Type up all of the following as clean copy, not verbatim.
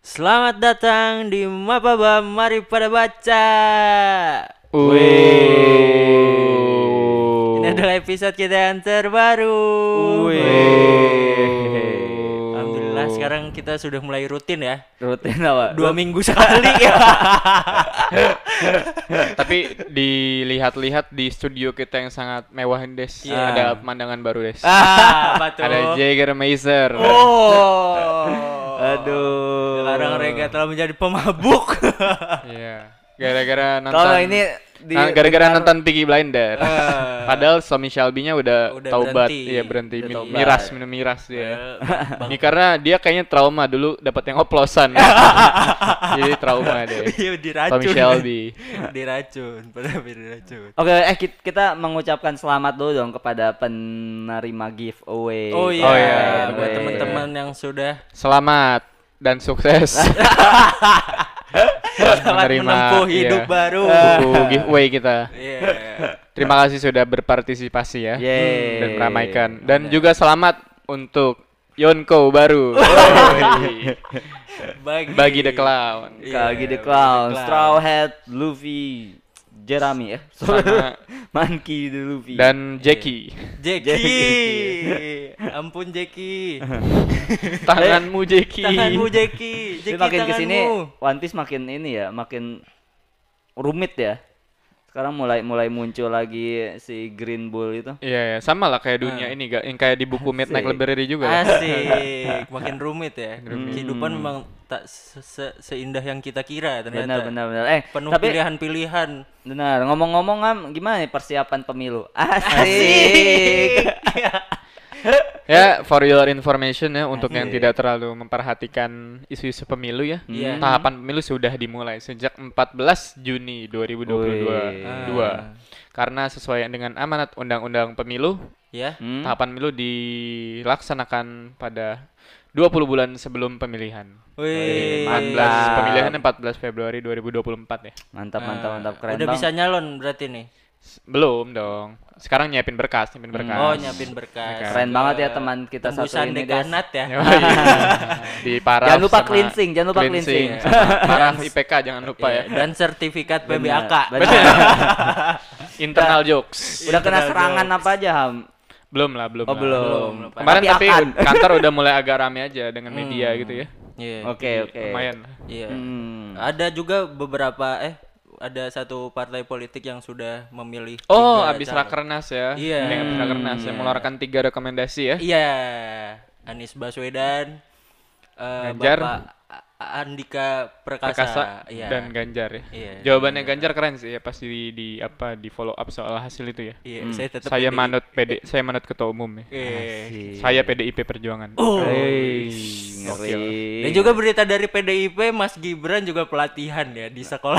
Selamat datang di Mapaba, mari pada baca. Ini adalah episode kita yang terbaru. Alhamdulillah sekarang kita sudah mulai rutin ya. Rutin apa? 2 minggu sekali ya. Tapi dilihat-lihat di studio kita yang sangat mewah Des, Iya. ada pemandangan baru Des. Apa tuh? Ada Jägermeister. Oh. Aduh. Sekarang Rega telah menjadi pemabuk. Iya. Gara-gara nonton. Kalau ini gara-gara nonton Peaky Blinder. Padahal suami Shelby-nya udah Udah taubat, berhenti. iya berhenti Udah taubat. minum miras dia. Bang. Ini karena dia kayaknya trauma dulu dapat yang oplosan. Jadi trauma deh. Iya, diracun. Tommy Shelby. Diracun, padahal diracun. Oke, kita mengucapkan selamat dulu dong kepada penerima giveaway. Oh iya, Oh iya, buat bener. teman-teman yang sudah Selamat dan sukses. selamat menempuh hidup baru. Buku giveaway kita. Iya. Terima kasih sudah berpartisipasi ya. Yeay. Dan meramaikan. Dan juga selamat untuk Yonko baru. Bagi The Clown. Kagi the Iya, Clown, Bagi The Straw Hat, Luffy, Jeremy ya. Sama Monkey the Luffy. dan Jackie. Jackie. Ampun Jackie. Tanganmu Jackie. Tanganmu Jackie. Tapi Jackie makin kesini tanganmu. One Piece makin ini ya, makin rumit ya. Sekarang mulai muncul lagi si Green Bull itu. Iya ya, sama lah kayak dunia ini gak yang kayak di buku Midnight Asik. Library juga. Asik, makin rumit ya. Rumit. Kehidupan memang tak seindah yang kita kira ternyata. Benar. Penuh Tapi pilihan-pilihan. benar, ngomong-ngomong Am, gimana nih persiapan pemilu? Asik. Ya, for your information ya, untuk yang Asik. tidak terlalu memperhatikan isu-isu pemilu ya. Iya. Tahapan pemilu sudah dimulai sejak 14 Juni 2022. Wih. Karena sesuai dengan amanat Undang-Undang Pemilu, Ya. tahapan pemilu dilaksanakan pada 20 bulan sebelum pemilihan. Wih. 14 pemilihannya 14 Februari 2024 ya. Mantap, keren Udah Bang. bisa nyalon berarti nih. Belum dong. Sekarang nyiapin berkas. Oh, nyiapin berkas. Keren banget ya teman kita satu Tembusan ini, Des. dekanat ya. Di paraf Jangan lupa sama cleansing, jangan lupa cleansing. sama paraf IPK jangan lupa Iya, ya. Dan sertifikat PBAK. Benar. Internal jokes. Udah kena Internal serangan jokes. apa aja, Ham? Belum lah. Oh, belum. Kemarin tapi akan. kantor udah mulai agak rame aja dengan media gitu ya. Iya. Oke. Lumayan lah. Iya. Hmm. Ada juga beberapa ada satu partai politik yang sudah memilih Oh, 3 abis calon. rakernas ya. Iya. Ini abis rakernas yang mengeluarkan 3 rekomendasi ya. Iya. Anies Baswedan, Ganjar, Bapak Andika Perkasa, Perkasa iya. dan Ganjar ya. Iya. Jawabannya Ganjar keren sih ya pas di follow up soal hasil itu ya. Iya, saya tetap Saya PDI. manut ketua umum ya. Iya. Saya PDIP Perjuangan. Oh. Hei, Gokil. ngeri. Dan juga berita dari PDIP, Mas Gibran juga pelatihan ya di sekolah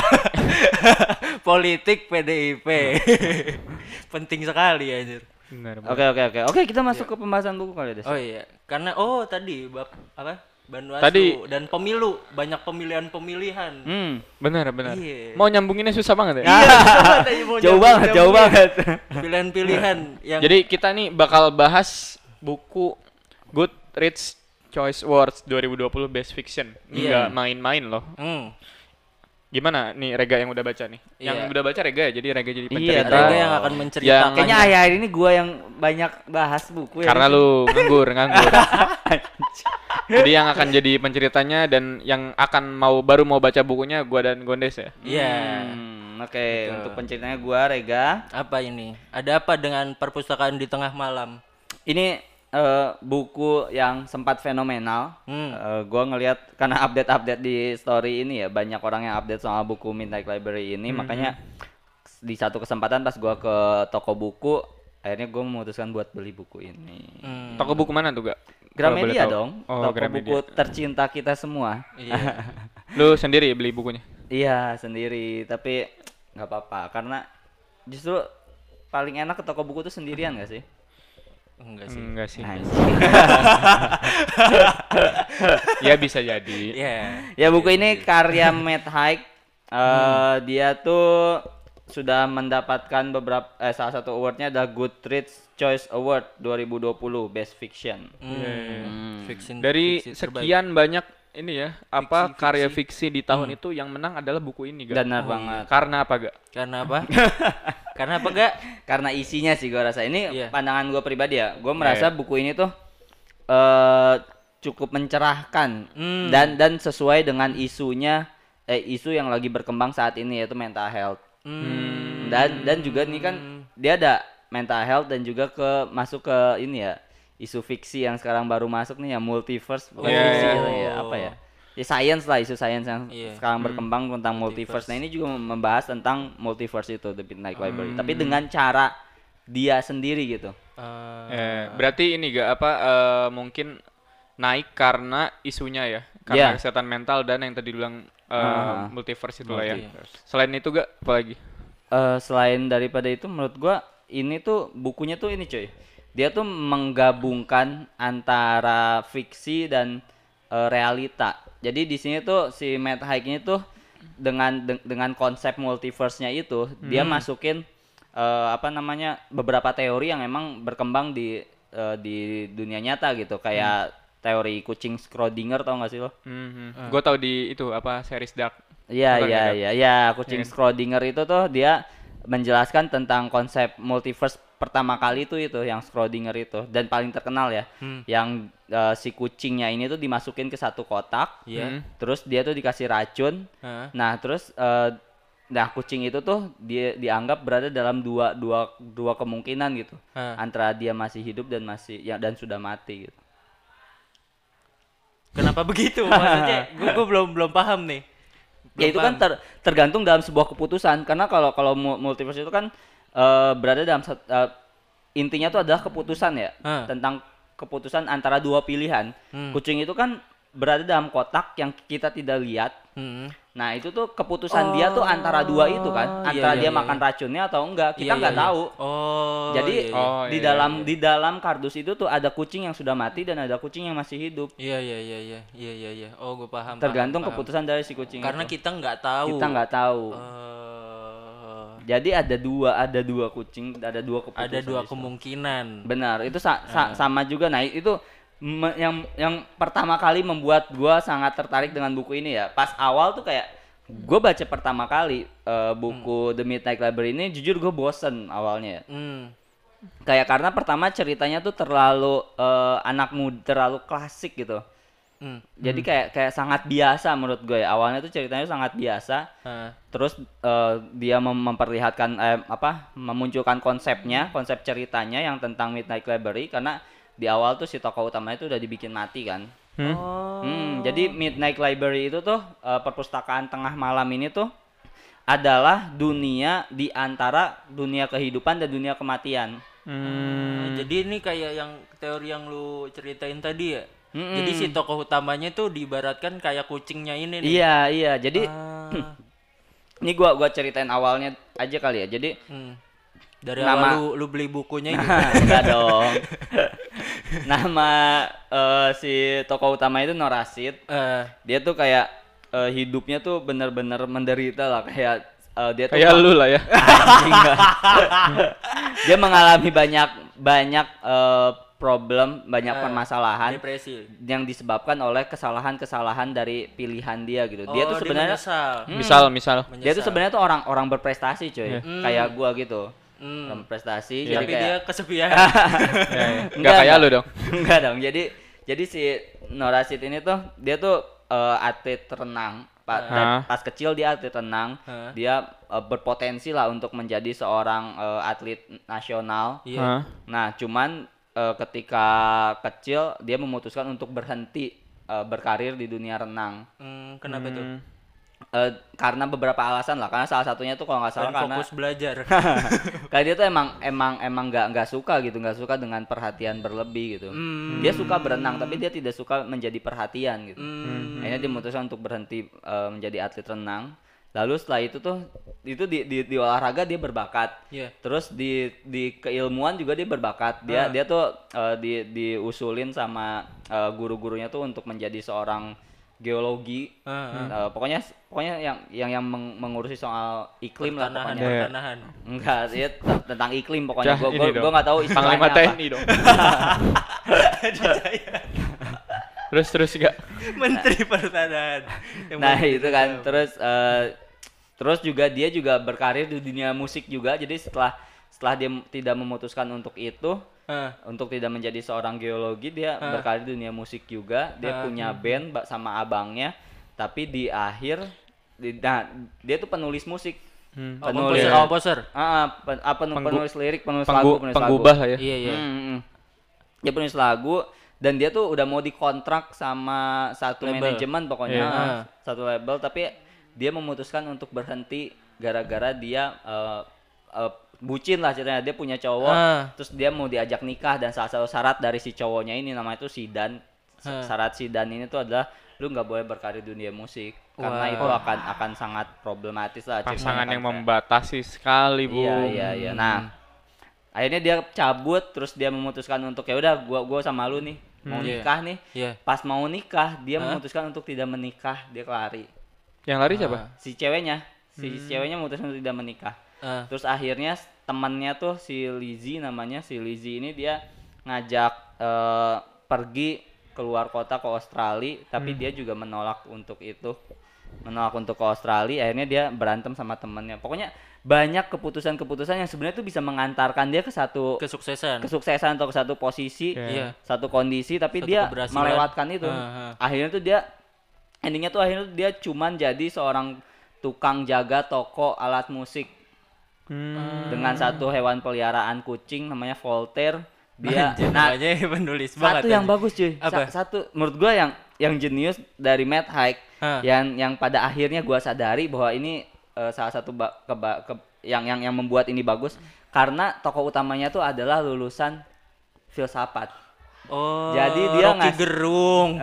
politik PDIP. Penting sekali anjir. Benar. Oke, kita masuk ke pembahasan buku kali, Des. Oh iya, karena tadi Banwasu Tadi- dan pemilu, banyak pemilihan. Benar. Iya. Mau nyambunginnya susah banget ya. Jauh banget. Pilihan-pilihan yang Jadi kita nih bakal bahas buku Goodreads Choice Awards 2020 Best Fiction. Iya. Nggak main-main loh. Gimana nih Rega yang udah baca nih? Yang Iya. udah baca Rega ya, jadi Rega jadi Iya, pencerita. Rega yang akan menceritakan. Kayaknya akhir-akhir ini gua yang banyak bahas buku ya. Karena Des. lu nganggur. Jadi yang akan jadi penceritanya dan yang akan baru mau baca bukunya gua dan Gondes ya. Iya. Oke, untuk penceritanya gua Rega. Apa ini? Ada apa dengan perpustakaan di tengah malam? Ini buku yang sempat fenomenal. Gua ngelihat karena update di story ini ya, banyak orang yang update soal buku Midnight Library ini, makanya di satu kesempatan pas gua ke toko buku, akhirnya gua memutuskan buat beli buku ini. Toko buku mana tuh, Gak? Gramedia dong, Oh, toko buku Gramedia. tercinta kita semua. Iya. Lu sendiri beli bukunya? Iya, sendiri, tapi nggak apa-apa karena justru paling enak ke toko buku tuh sendirian gak sih? Enggak sih. Enggak sih. Anjing. Ya bisa jadi. Iya. Ya buku ini karya Matt Haig. Dia tuh sudah mendapatkan salah satu awardnya adalah Goodreads Choice Award 2020 Best Fiction. Fiction, Dari fiksi terbaik. sekian banyak ini ya, apa Fiksi-fiksi. karya fiksi di tahun itu yang menang adalah buku ini, Gak? Benar banget. Karena apa, Gak? Karena apa? Karena apa gak? Karena isinya sih gua rasa. Ini Iya. pandangan gua pribadi ya. Gua merasa Iya. buku ini tuh cukup mencerahkan Hmm. dan sesuai dengan isu yang lagi berkembang saat ini, yaitu mental health. Dan juga nih kan dia ada mental health dan juga masuk ke ini ya, isu fiksi yang sekarang baru masuk nih ya, multiverse, bukan Iya, fiksi iya. gitu ya, apa ya? Ya science lah, isu science yang Iya. sekarang berkembang tentang multiverse. Nah, ini juga membahas tentang multiverse itu, The Midnight Library. Tapi dengan cara dia sendiri gitu. Berarti ini Gak, apa mungkin naik karena isunya ya, karena Iya. kesehatan mental dan yang tadi bilang multiverse itu lah ya. Multiverse. Selain itu Gak, apa lagi? Selain daripada itu, menurut gua ini tuh bukunya tuh ini cuy, dia tuh menggabungkan antara fiksi dan realita. Jadi di sini tuh si Matt Haig ini tuh dengan konsep multiverse-nya itu dia masukin apa namanya, beberapa teori yang emang berkembang di dunia nyata gitu, kayak teori kucing Schrödinger, tau gak sih lo? Gue tau di itu apa series Dark. Iya Bukan iya ya, iya iya, kucing Schrödinger itu tuh dia menjelaskan tentang konsep multiverse pertama kali itu yang Schrödinger itu, dan paling terkenal ya, yang si kucingnya ini tuh dimasukin ke satu kotak, Iya. terus dia tuh dikasih racun. Hah? Nah terus nah kucing itu tuh dia dianggap berada dalam dua kemungkinan gitu, antara dia masih hidup dan dan sudah mati gitu. Kenapa begitu? Maksudnya gue belum paham nih. Ya itu kan tergantung dalam sebuah keputusan, karena kalau multiverse itu kan berada dalam intinya tuh adalah keputusan ya, tentang keputusan antara dua pilihan. Kucing itu kan berada dalam kotak yang kita tidak lihat. Nah itu tuh keputusan dia tuh antara dua itu kan, antara dia makan racunnya atau enggak, kita nggak tahu. Jadi di dalam kardus itu tuh ada kucing yang sudah mati dan ada kucing yang masih hidup. Iya. Oh, gue paham. Tergantung paham. keputusan dari si kucing Karena itu. kita nggak tahu. Kita nggak tahu. Jadi ada dua kucing, ada dua keputusan. Ada dua di situ. kemungkinan. Benar, itu sama juga. Nah, itu yang pertama kali membuat gua sangat tertarik dengan buku ini ya. Pas awal tuh kayak gua baca pertama kali buku The Midnight Library ini, jujur gue bosen awalnya ya. Kayak karena pertama ceritanya tuh terlalu anak muda, terlalu klasik gitu. Jadi kayak sangat biasa menurut gue ya. Awalnya tuh ceritanya sangat biasa. Terus dia memperlihatkan memunculkan konsep ceritanya yang tentang Midnight Library, karena di awal tuh si tokoh utamanya tuh udah dibikin mati kan. Jadi Midnight Library itu tuh perpustakaan tengah malam ini tuh adalah dunia di antara dunia kehidupan dan dunia kematian. Jadi ini kayak yang teori yang lu ceritain tadi ya. Jadi si tokoh utamanya tuh diibaratkan kayak kucingnya ini nih. Iya. Jadi ini gua ceritain awalnya aja kali ya. Jadi dari awal lu beli bukunya gitu. enggak dong. Nama si tokoh utama itu Norasid. Dia tuh kayak hidupnya tuh bener-bener menderita lah, kayak dia tuh Kayak lu lah ya. anjing lah. Dia mengalami banyak problem, banyak permasalahan Depresi. yang disebabkan oleh kesalahan-kesalahan dari pilihan dia gitu. Dia tuh sebenarnya Misal. dia tuh sebenarnya tuh orang berprestasi coy, kayak gua gitu. Orang berprestasi, jadi Tapi kayak dia kesepian. Enggak kayak lu dong. Enggak dong. Jadi si Norasid ini tuh dia tuh atlet renang. Pas kecil dia atlet renang. Dia berpotensi lah untuk menjadi seorang atlet nasional. Nah, cuman ketika kecil dia memutuskan untuk berhenti berkarir di dunia renang. Kenapa tuh? Karena beberapa alasan lah. Karena salah satunya tuh kalau nggak salah karena fokus belajar. kayak dia tuh emang nggak suka gitu, nggak suka dengan perhatian berlebih gitu. Dia suka berenang tapi dia tidak suka menjadi perhatian gitu. Akhirnya dia memutuskan untuk berhenti menjadi atlet renang. Lalu setelah itu tuh di olahraga dia berbakat. Terus di keilmuan juga dia berbakat. Dia tuh diusulin sama guru-gurunya tuh untuk menjadi seorang geologi. Pokoknya yang mengurusi soal iklim lah pokoknya. Pertanahan. Enggak, dia tentang iklim pokoknya. Gua enggak tahu Panglima istilahnya apa. TNI dong. Terus enggak? Menteri Pertahanan. Nah itu kan terus juga dia juga berkarir di dunia musik juga. Jadi setelah dia tidak memutuskan untuk itu, untuk tidak menjadi seorang geologi, dia berkarir di dunia musik juga. Dia punya band sama abangnya, tapi di akhir dia tuh penulis musik. Komposer. Penulis lirik, penulis lagu. Penggubah lah ya. Iya. Dia penulis lagu dan dia tuh udah mau dikontrak sama satu manajemen pokoknya, satu label, tapi dia memutuskan untuk berhenti gara-gara dia bucin lah ceritanya. Dia punya cowok, terus dia mau diajak nikah dan salah satu syarat dari si cowoknya ini namanya tuh Sidan. Syarat Sidan ini tuh adalah lu nggak boleh berkarir di dunia musik karena itu akan sangat problematis lah. Pasangan yang membatasi sekali, Bu. Iya. Nah, akhirnya dia cabut, terus dia memutuskan untuk ya udah gua sama lu nih mau nikah nih. Pas mau nikah dia memutuskan untuk tidak menikah, dia lari. Yang lari siapa? Si ceweknya memutuskan untuk tidak menikah. Terus akhirnya temannya tuh si Lizzy ini dia ngajak pergi keluar kota ke Australia, tapi dia juga menolak untuk ke Australia. Akhirnya dia berantem sama temannya. Pokoknya banyak keputusan-keputusan yang sebenarnya tuh bisa mengantarkan dia ke satu kesuksesan atau ke satu posisi, satu kondisi, tapi dia melewatkan itu. Akhirnya tuh endingnya dia cuman jadi seorang tukang jaga toko alat musik dengan satu hewan peliharaan kucing namanya Voltaire. Dia namanya penulis banget. Satu yang bagus cuy. Satu menurut gua yang jenius dari Matt Haig yang pada akhirnya gua sadari bahwa ini salah satu yang membuat ini bagus karena tokoh utamanya tuh adalah lulusan filsafat. Jadi dia Gerung.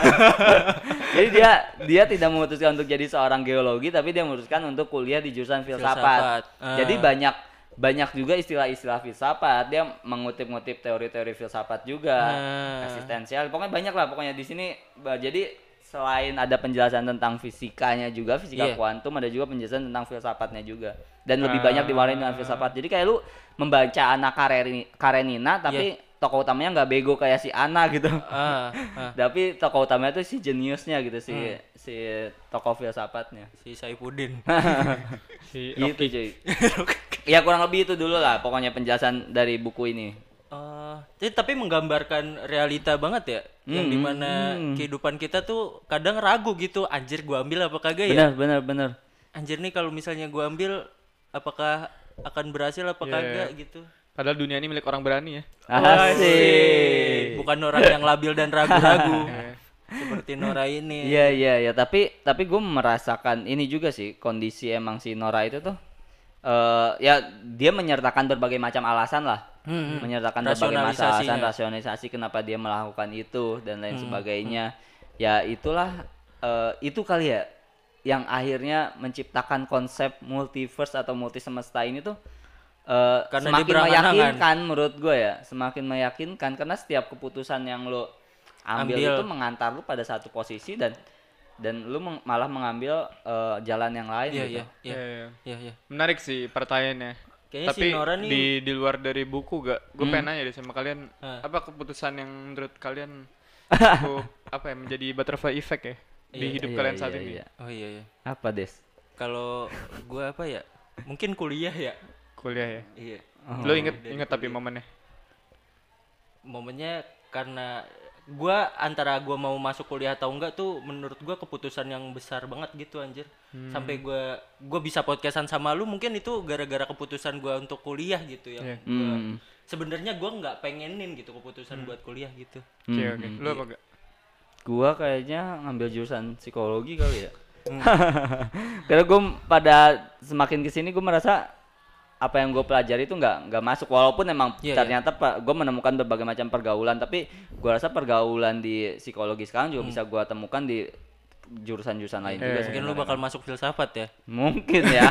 Jadi dia tidak memutuskan untuk jadi seorang geologi, tapi dia memutuskan untuk kuliah di jurusan filsafat. Jadi banyak juga istilah-istilah filsafat. Dia mengutip-ngutip teori-teori filsafat juga, eksistensial. Pokoknya banyak lah pokoknya di sini. Jadi selain ada penjelasan tentang fisikanya juga, fisika kuantum, ada juga penjelasan tentang filsafatnya juga. Dan lebih banyak diwarnai dengan filsafat. Jadi kayak lu membaca Anna Karenina tapi tokoh utamanya nggak bego kayak si Anna gitu. Tapi tokoh utamanya tuh si jeniusnya gitu, si tokoh filsafatnya. Si Saifuddin. Si gitu cuy. Ya kurang lebih itu dulu lah pokoknya penjelasan dari buku ini. Tapi menggambarkan realita banget ya, yang dimana kehidupan kita tuh kadang ragu gitu, anjir gua ambil apa kagak ya? Benar. Anjir nih kalau misalnya gua ambil apakah akan berhasil apa kagak gitu. Padahal dunia ini milik orang berani ya. Asik. Bukan orang yang labil dan ragu-ragu. Seperti Nora ini. Iya, tapi gue merasakan ini juga sih, kondisi emang si Nora itu tuh ya dia menyertakan berbagai macam alasan lah. Menyertakan berbagai macam alasan rasionalisasi kenapa dia melakukan itu dan lain sebagainya. Ya itulah itu kali ya yang akhirnya menciptakan konsep multiverse atau multi semesta ini tuh semakin meyakinkan menurut gue ya, semakin meyakinkan karena setiap keputusan yang lo ambil itu mengantar lo pada satu posisi dan lo malah mengambil jalan yang lain gitu. Iya. Menarik sih pertanyaannya. Kayaknya tapi si Nora nih di luar dari buku gue pengen nanya deh sama kalian, apa keputusan yang menurut kalian menjadi butterfly effect ya di hidup kalian saat ini? Oh iya. Apa Des? Kalau gue apa ya? Mungkin kuliah ya. Kuliah ya. Iya. Lo inget tapi momennya karena gua antara gua mau masuk kuliah atau enggak tuh menurut gua keputusan yang besar banget gitu anjir. Sampai gua bisa podcastan sama lu mungkin itu gara-gara keputusan gua untuk kuliah gitu ya. Sebenarnya gua nggak pengenin gitu keputusan buat kuliah gitu. Oke. Lu apa enggak? Gua kayaknya ngambil jurusan psikologi kali ya. Karena gua pada semakin kesini gua merasa apa yang gue pelajari itu nggak masuk, walaupun emang ternyata gue menemukan berbagai macam pergaulan, tapi gue rasa pergaulan di psikologi sekarang juga bisa gue temukan di jurusan-jurusan lain juga. Mungkin lu bakal masuk filsafat ya? Mungkin ya.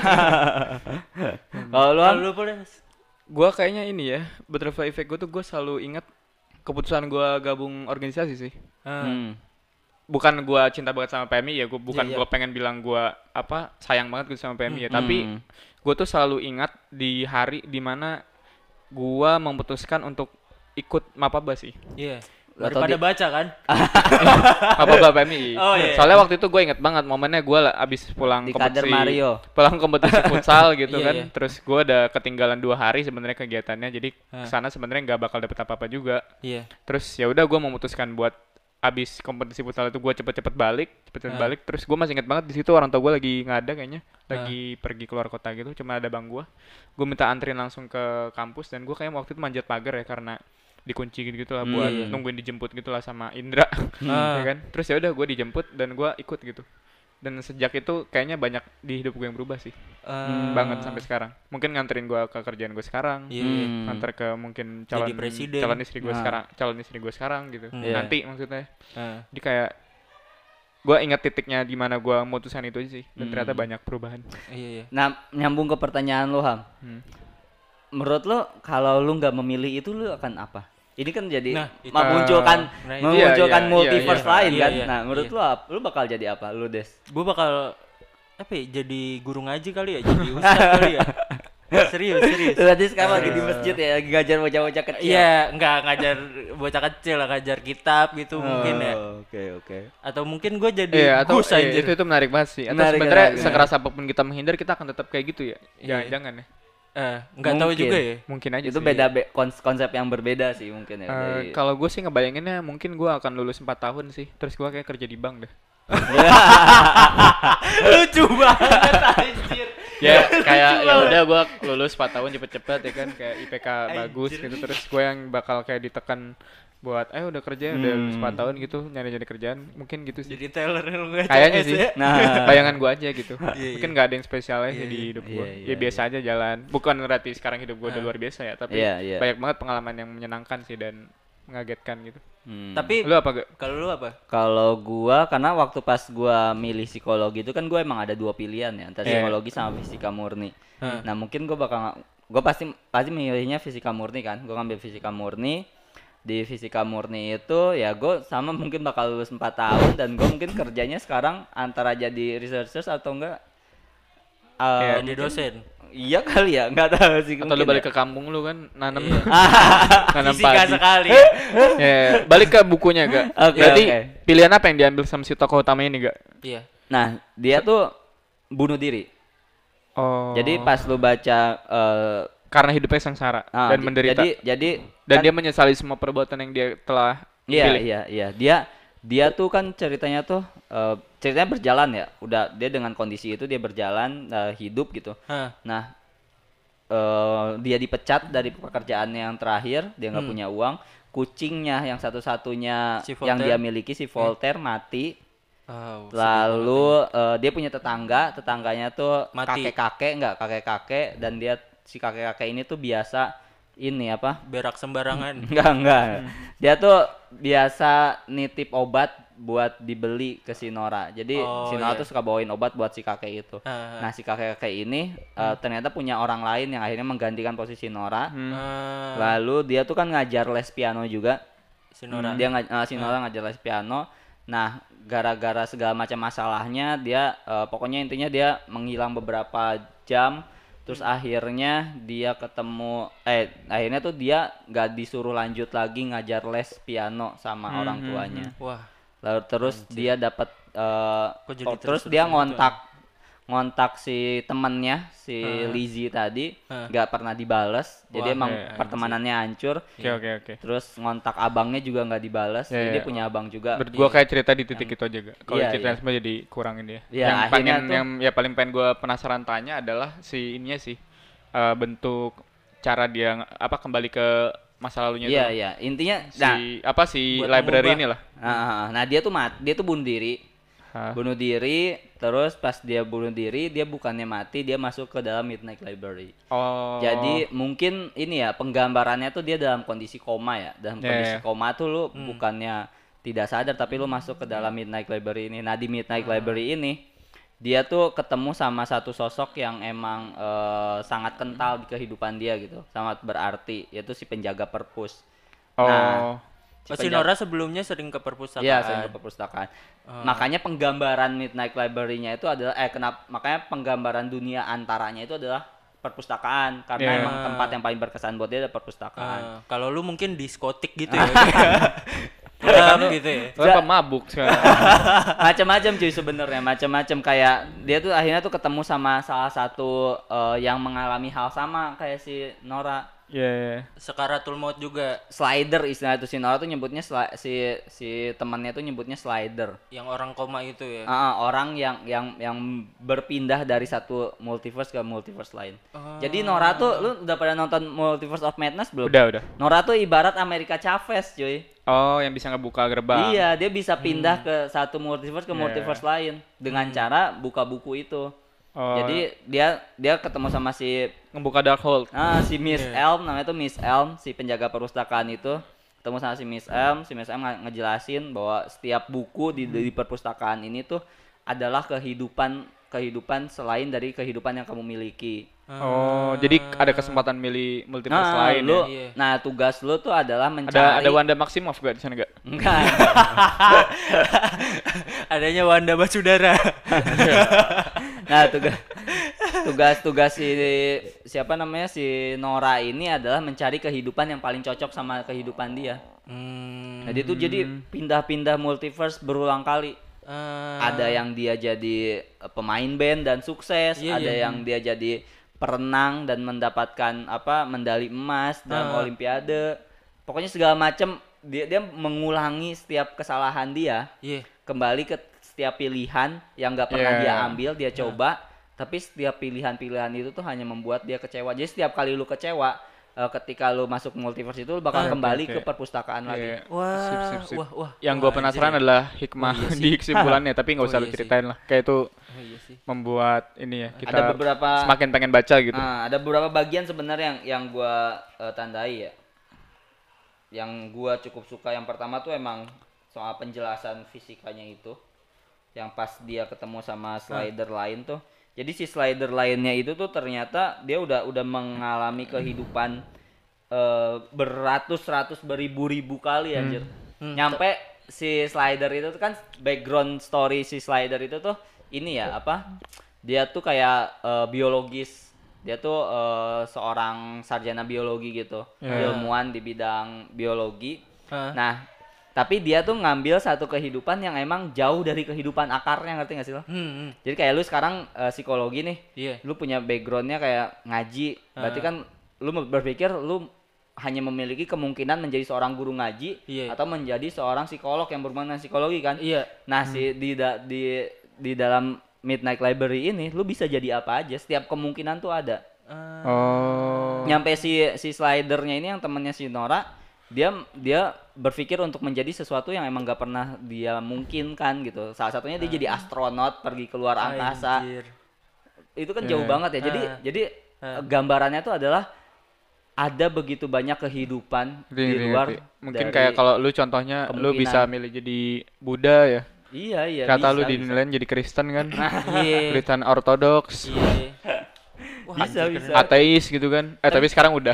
Kalau lu boleh? Gue kayaknya ini ya, butterfly effect gue tuh gue selalu ingat keputusan gue gabung organisasi sih. Bukan gue cinta banget sama PMI ya, gue pengen bilang gue sayang banget gitu sama PMI ya, tapi gue tuh selalu ingat di hari dimana gue memutuskan untuk ikut Mapaba sih. Daripada baca kan? Apa PMI. Oh, iya. Soalnya waktu itu gue inget banget momennya gue abis pulang Di kader Mario. pulang kompetisi futsal gitu Iya, kan. iya. Terus gue udah ketinggalan 2 hari sebenarnya kegiatannya. Jadi kesana sebenarnya nggak bakal dapet apa-apa juga. Iya. Terus ya udah gue memutuskan buat abis kompetisi futsal itu gue cepet-cepet balik. Terus gue masih inget banget di situ orang tua gue lagi nggak ada kayaknya. Lagi pergi keluar kota gitu. Cuma ada bang gue. Gue minta anterin langsung ke kampus dan gue kayaknya waktu itu manjat pagar ya karena dikunci gitu lah buat nungguin dijemput gitu lah sama Indra ya kan. Terus ya udah gue dijemput dan gue ikut gitu. Dan sejak itu kayaknya banyak di hidup gue yang berubah sih. Banget sampai sekarang. Mungkin nganterin gue ke kerjaan gue sekarang. Nganter ke mungkin Jadi presiden. calon istri gue sekarang gitu. Nanti maksudnya. Jadi kayak gue ingat titiknya di mana gue memutuskan itu aja sih. Dan ternyata banyak perubahan. Iya. Nah, nyambung ke pertanyaan lo, Ham. Menurut lo kalau lu nggak memilih itu lu akan apa? Ini kan jadi memunculkan multiverse lain kan. Nah, menurut lu lu bakal jadi apa? Lu Des? Gue bakal apa ya? Jadi guru ngaji kali ya, jadi ustaz kali ya. Serius. Berarti sekarang lagi di masjid ya, lagi ngajar bocah-bocah kecil. Iya, enggak ngajar bocah kecil lah, ngajar kitab gitu mungkin ya. Oke. Atau mungkin gue jadi gus anjir. Itu menarik banget sih. Atau Menarik, sebenarnya menarik. sekeras apapun kita menghindar kita akan tetap kayak gitu ya. Jangan-jangan ya. Enggak tahu Mungkin. juga ya. Mungkin aja Itu sih. beda konsep yang berbeda sih mungkin ya. dari- Kalau gue sih ngebayanginnya mungkin gue akan lulus 4 tahun sih. Terus gue kayak kerja di bank deh. Lucu banget anjir. Ya kayak ya udah gue lulus 4 tahun cepet-cepet ya kan, kayak IPK bagus gitu. Terus gue yang bakal kayak ditekan buat udah kerja udah lulus 4 tahun gitu, nyari kerjaan. Mungkin gitu sih. Jadi teller lu nggak Kayaknya CS sih. ya. Nah, Bayangan gue aja gitu. Mungkin nggak ada yang spesialnya sih di hidup gue. Iya, Ya biasa aja jalan. Bukan berarti sekarang hidup gue udah luar biasa ya, tapi Iya. banyak banget pengalaman yang menyenangkan sih dan mengagetkan gitu. Tapi Lu apa gak? kalau lu apa? Kalau gua karena waktu pas gua milih psikologi itu kan gua emang ada 2 pilihan ya, antara psikologi sama fisika murni. Nah, mungkin gua pasti milihnya fisika murni kan. Gua ngambil fisika murni. Di fisika murni itu ya gue sama mungkin bakal lulus 4 tahun dan gue mungkin kerjanya sekarang antara jadi researcher atau enggak Jadi dosen. iya kali ya, nggak tahu sih. Atau lu balik ke kampung lu kan nanam nanam Fisika padi. sekali. Ya, balik ke bukunya gak? Oke, Berarti oke. pilihan apa yang diambil sama si tokoh utama ini gak? Iya. Nah, dia tuh bunuh diri. Oh. Jadi pas lu baca karena hidupnya sengsara dan menderita. Jadi Dan kan, dia menyesali semua perbuatan yang dia telah pilih. Iya. Dia tuh kan ceritanya tuh ceritanya berjalan ya. Udah dia dengan kondisi itu dia berjalan hidup gitu. Nah, dia dipecat dari pekerjaannya yang terakhir, dia nggak punya uang. Kucingnya yang satu-satunya Si yang Voltaire. dia miliki si Voltaire mati. Oh, Lalu dia punya tetangganya tuh Mati. kakek-kakek dan si kakek-kakek ini tuh biasa ini apa? berak sembarangan. Enggak. Dia tuh biasa nitip obat buat dibeli ke si Nora. Jadi si Nora tuh suka bawain obat buat si kakek itu. Nah, si kakek-kakek ini ternyata punya orang lain yang akhirnya menggantikan posisi Nora. Lalu dia tuh kan ngajar les piano juga. Si Nora. Si Nora ngajar les piano. Nah, gara-gara segala macam masalahnya dia pokoknya intinya dia menghilang beberapa jam. Terus akhirnya dia akhirnya tuh dia nggak disuruh lanjut lagi ngajar les piano sama orang tuanya. Wah. Lalu terus dia dapat jadi terus dia ngontak si temennya si Lizzie tadi nggak pernah dibales. Jadi emang pertemanannya hancur. Oke. Terus ngontak abangnya juga nggak dibales. Jadi dia punya abang juga. Gua kayak cerita di titik itu aja gak? Kalau Iya, ceritanya iya. semua jadi kurangin dia. Iya, Yang akhirnya yang paling pengen gua penasaran tanya adalah si ininya sih bentuk cara dia kembali ke masa lalunya tuh. Iya. Intinya Si buat library mengubah. inilah. nah dia tuh bunuh diri. Bunuh diri, terus pas dia bunuh diri, dia bukannya mati, dia masuk ke dalam Midnight Library. Oh. Jadi mungkin ini ya penggambarannya tuh dia dalam kondisi koma ya. Dalam kondisi koma tuh lu bukannya tidak sadar tapi lu masuk ke dalam Midnight Library ini. Nah, di Midnight Library ini dia tuh ketemu sama satu sosok yang emang sangat kental di kehidupan dia gitu. Sangat berarti, yaitu si penjaga perpus. Nah, Si Nora sebelumnya sering ke perpustakaan. Iya, sering ke perpustakaan. Makanya penggambaran Midnight Library-nya itu adalah makanya penggambaran dunia antaranya itu adalah perpustakaan karena emang tempat yang paling berkesan buat dia adalah perpustakaan. Kalau lu mungkin diskotik gitu ya. Gelap gitu ya. Kenapa mabuk sekarang? Macam-macam cuy sebenarnya, macam-macam kayak dia tuh akhirnya tuh ketemu sama salah satu yang mengalami hal sama kayak si Nora. Iya. Sekaratul maut juga. Slider istilah itu si Nora tuh nyebutnya si temannya tuh nyebutnya slider. Yang orang koma itu ya. Orang yang berpindah dari satu multiverse ke multiverse lain. Jadi Nora tuh lu udah pada nonton Multiverse of Madness belum? Udah. Nora tuh ibarat America Chavez, cuy. Oh, yang bisa ngebuka gerbang. Iya, dia bisa pindah ke satu multiverse ke multiverse lain dengan cara buka buku itu. Oh. Jadi dia ketemu sama si Ngebuka Darkhold. si Miss Elm, namanya tuh Miss Elm, si penjaga perpustakaan itu. Ketemu sama si Miss Elm ngejelasin bahwa setiap buku di perpustakaan ini tuh adalah kehidupan selain dari kehidupan yang kamu miliki. Oh, jadi ada kesempatan milih multiverse lain lu, ya. Nah, tugas lu tuh adalah mencari Ada Wanda Maximoff gak di sana gak? Enggak. Adanya Wanda Basudara. Nah, tugas siapa namanya si Nora ini adalah mencari kehidupan yang paling cocok sama kehidupan dia. Nah, dia tuh jadi pindah-pindah multiverse berulang kali. Ada yang dia jadi pemain band dan sukses, ada yang dia jadi perenang dan mendapatkan medali emas dalam olimpiade. Pokoknya segala macam dia mengulangi setiap kesalahan dia. Kembali ke setiap pilihan yang nggak pernah dia ambil, dia coba, tapi setiap pilihan-pilihan itu tuh hanya membuat dia kecewa. Jadi setiap kali lu kecewa, ketika lu masuk multiverse itu lu bakal kembali ke perpustakaan lagi. Wah. Yang gue penasaran adalah hikmah di kesimpulannya, tapi nggak usah lu ceritain lah. Kayak itu membuat ini ya kita Ada beberapa semakin pengen baca gitu. Ada beberapa bagian sebenarnya yang gua tandai ya. Yang gua cukup suka, yang pertama tuh emang soal penjelasan fisikanya itu. Yang pas dia ketemu sama slider lain tuh. Jadi si slider lainnya itu tuh ternyata dia udah mengalami kehidupan beratus-ratus beribu-ribu kali anjir. Nyampe si slider itu tuh kan background story si slider itu tuh ini ya dia tuh kayak biologis. Dia tuh seorang sarjana biologi gitu. Ilmuwan di bidang biologi. Nah, tapi dia tuh ngambil satu kehidupan yang emang jauh dari kehidupan akarnya, ngerti gak sih lo? Jadi kayak lu sekarang psikologi nih, lu punya backgroundnya kayak ngaji, berarti kan lu berpikir lu hanya memiliki kemungkinan menjadi seorang guru ngaji atau menjadi seorang psikolog yang berhubungan dengan psikologi kan? Nah, di dalam Midnight Library ini lu bisa jadi apa aja, setiap kemungkinan tuh ada. Nyampe si slidernya ini yang temennya si Nora, dia berpikir untuk menjadi sesuatu yang emang gak pernah dia mungkinkan gitu. Salah satunya dia jadi astronot pergi keluar angkasa. Itu kan jauh banget ya. Jadi gambarannya tuh adalah ada begitu banyak kehidupan di luar. Mungkin kayak kalau lu contohnya lu bisa milih jadi Buddha ya. Iya. Kata lu dinilai jadi Kristen kan. Kristen Ortodoks. Bisa. Ateis gitu kan. Tapi sekarang udah.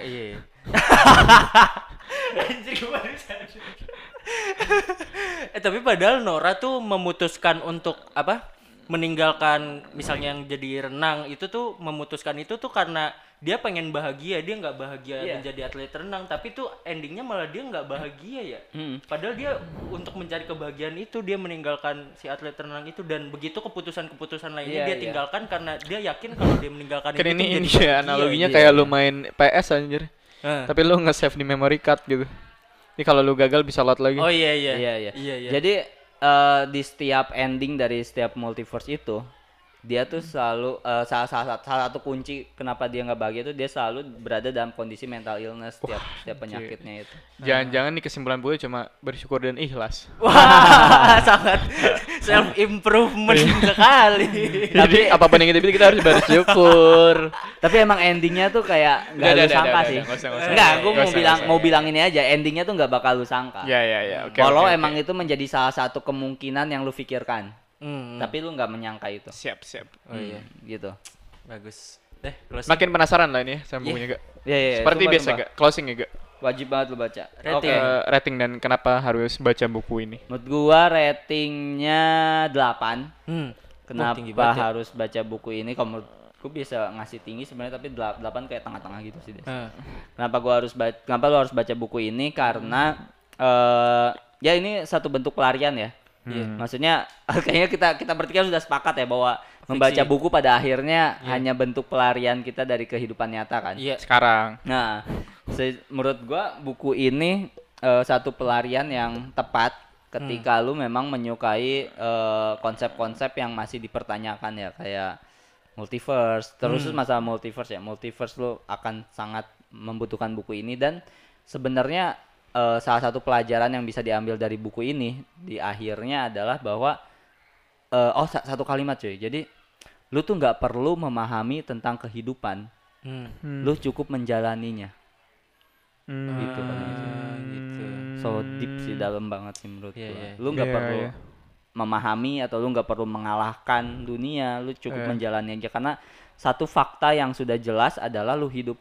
Tapi padahal Nora tuh memutuskan untuk meninggalkan misalnya yang jadi renang itu tuh, memutuskan itu tuh karena dia pengen bahagia. Dia nggak bahagia menjadi atlet renang, tapi tuh endingnya malah dia nggak bahagia ya. Padahal dia untuk mencari kebahagiaan itu dia meninggalkan si atlet renang itu, dan begitu keputusan-keputusan lainnya dia tinggalkan karena dia yakin kalau dia meninggalkan kan itu ini ya analoginya kayak lu main PS anjir. Tapi lu nge-save di memory card gitu. Ini kalau lu gagal bisa load lagi. Oh iya. Jadi di setiap ending dari setiap multiverse itu, dia tuh selalu salah satu kunci kenapa dia nggak bahagia itu dia selalu berada dalam kondisi mental illness setiap penyakitnya itu. Jangan-jangan nih kesimpulan gue cuma bersyukur dan ikhlas. Wah, sangat self improvement sekali. Jadi apapun yang kita pilih kita harus bersyukur. Tapi emang endingnya tuh kayak nggak lu sangka sih. Enggak, gue mau bilang ini aja, endingnya tuh nggak bakal lu sangka. Ya. Kalau emang itu menjadi salah satu kemungkinan yang lu pikirkan. Tapi lu nggak menyangka itu. Siap. Oh iya, gitu. bagus. Makin penasaran lah ini sama bukunya gak? Iya. Seperti biasa gak? Closing ya gak? Wajib banget lu baca. Rating. Rating dan kenapa harus baca buku ini? Menurut gua ratingnya 8. tinggi Kenapa banget ya. harus baca buku ini? Kalau menurut gua bisa ngasih tinggi sebenarnya, tapi 8 kayak tengah-tengah gitu sih. Kenapa lu harus baca buku ini? Karena ya ini satu bentuk pelarian ya. Maksudnya kayaknya kita bertiga sudah sepakat ya bahwa membaca buku pada akhirnya hanya bentuk pelarian kita dari kehidupan nyata kan. Iya. Sekarang. Nah, menurut gua buku ini satu pelarian yang tepat ketika lu memang menyukai konsep-konsep yang masih dipertanyakan ya, kayak multiverse. Terus masalah multiverse lu akan sangat membutuhkan buku ini. Dan sebenarnya salah satu pelajaran yang bisa diambil dari buku ini di akhirnya adalah bahwa satu kalimat cuy. Jadi lu tuh nggak perlu memahami tentang kehidupan, lu cukup menjalaninya. Gitu kan. Gitu. So deep sih, dalam banget sih menurut gua. Iya. Lu nggak perlu memahami atau lu nggak perlu mengalahkan dunia, lu cukup menjalani aja, karena satu fakta yang sudah jelas adalah lu hidup.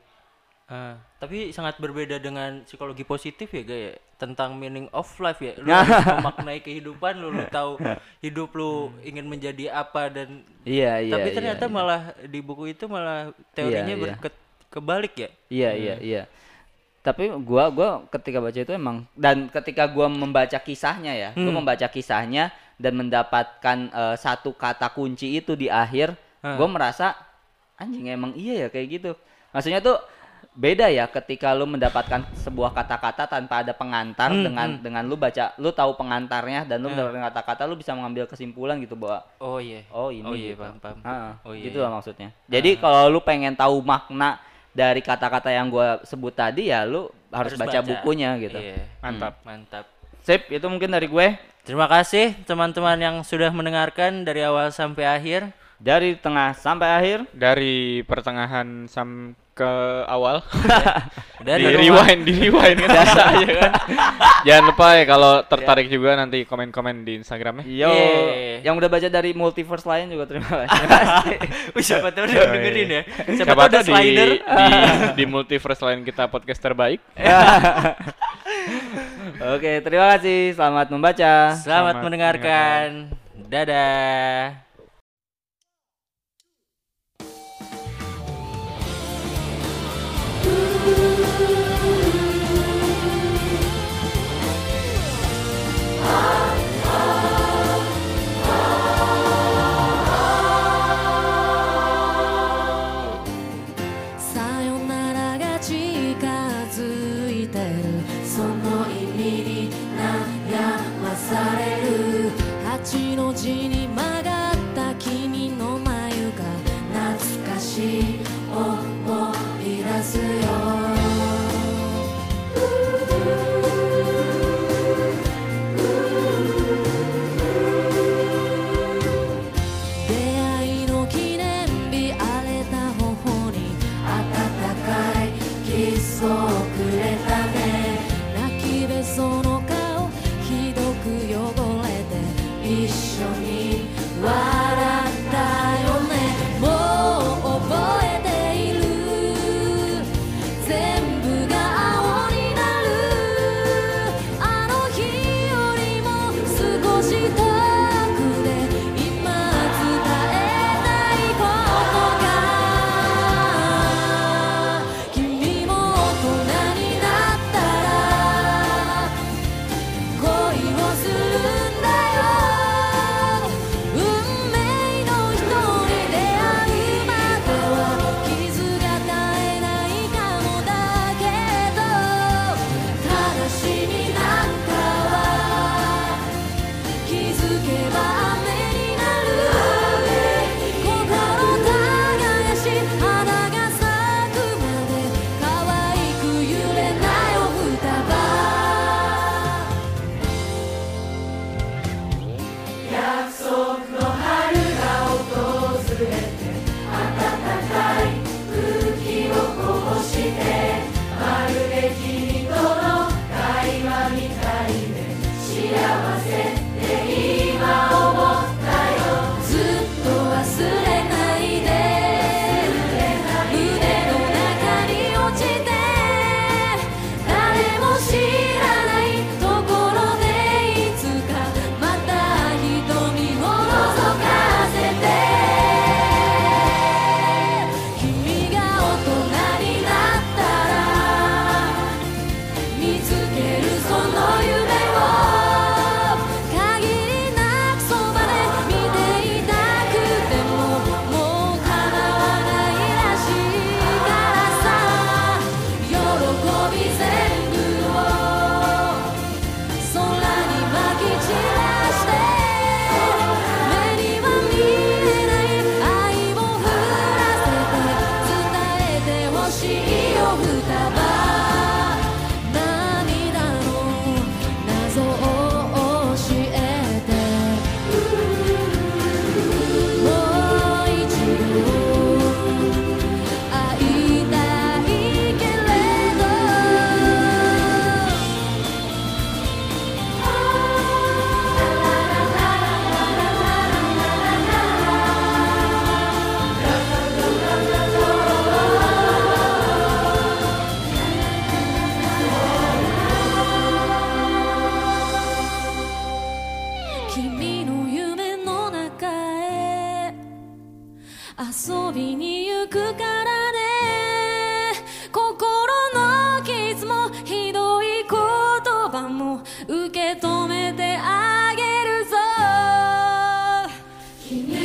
Tapi sangat berbeda dengan psikologi positif ya guys, tentang meaning of life ya. Lu harus memaknai kehidupan lu tahu hidup lu ingin menjadi apa dan tapi ternyata malah di buku itu malah teorinya kebalik ya. Iya. Tapi gua ketika baca itu emang, dan ketika gua membaca kisahnya ya, gua membaca kisahnya dan mendapatkan satu kata kunci itu di akhir, gua merasa anjing emang iya ya kayak gitu. Maksudnya tuh beda ya ketika lu mendapatkan sebuah kata-kata tanpa ada pengantar, dengan lu baca, lu tahu pengantarnya dan lu mendapatkan kata-kata, lu bisa mengambil kesimpulan gitu bahwa ini gitu. Paham. Gitu lah maksudnya. Jadi kalau lu pengen tahu makna dari kata-kata yang gua sebut tadi ya lu harus baca bukunya gitu. Iya. Mantap. Sip, itu mungkin dari gue. Terima kasih teman-teman yang sudah mendengarkan dari awal sampai akhir. Dari tengah sampai akhir. Dari pertengahan ke awal. Dari di rewind kan bisa aja kan. Jangan lupa ya kalau tertarik juga nanti komen-komen di Instagramnya. Yang udah baca dari multiverse lain juga terima kasih. Siapa tahu udah dengerin ya. Siapa tahu di multiverse lain kita podcast terbaik. Oke, terima kasih. Selamat membaca. Selamat mendengarkan. Dadah. 君も遊びに行くからね心の傷もひどい言葉も受け止めてあげるぞ君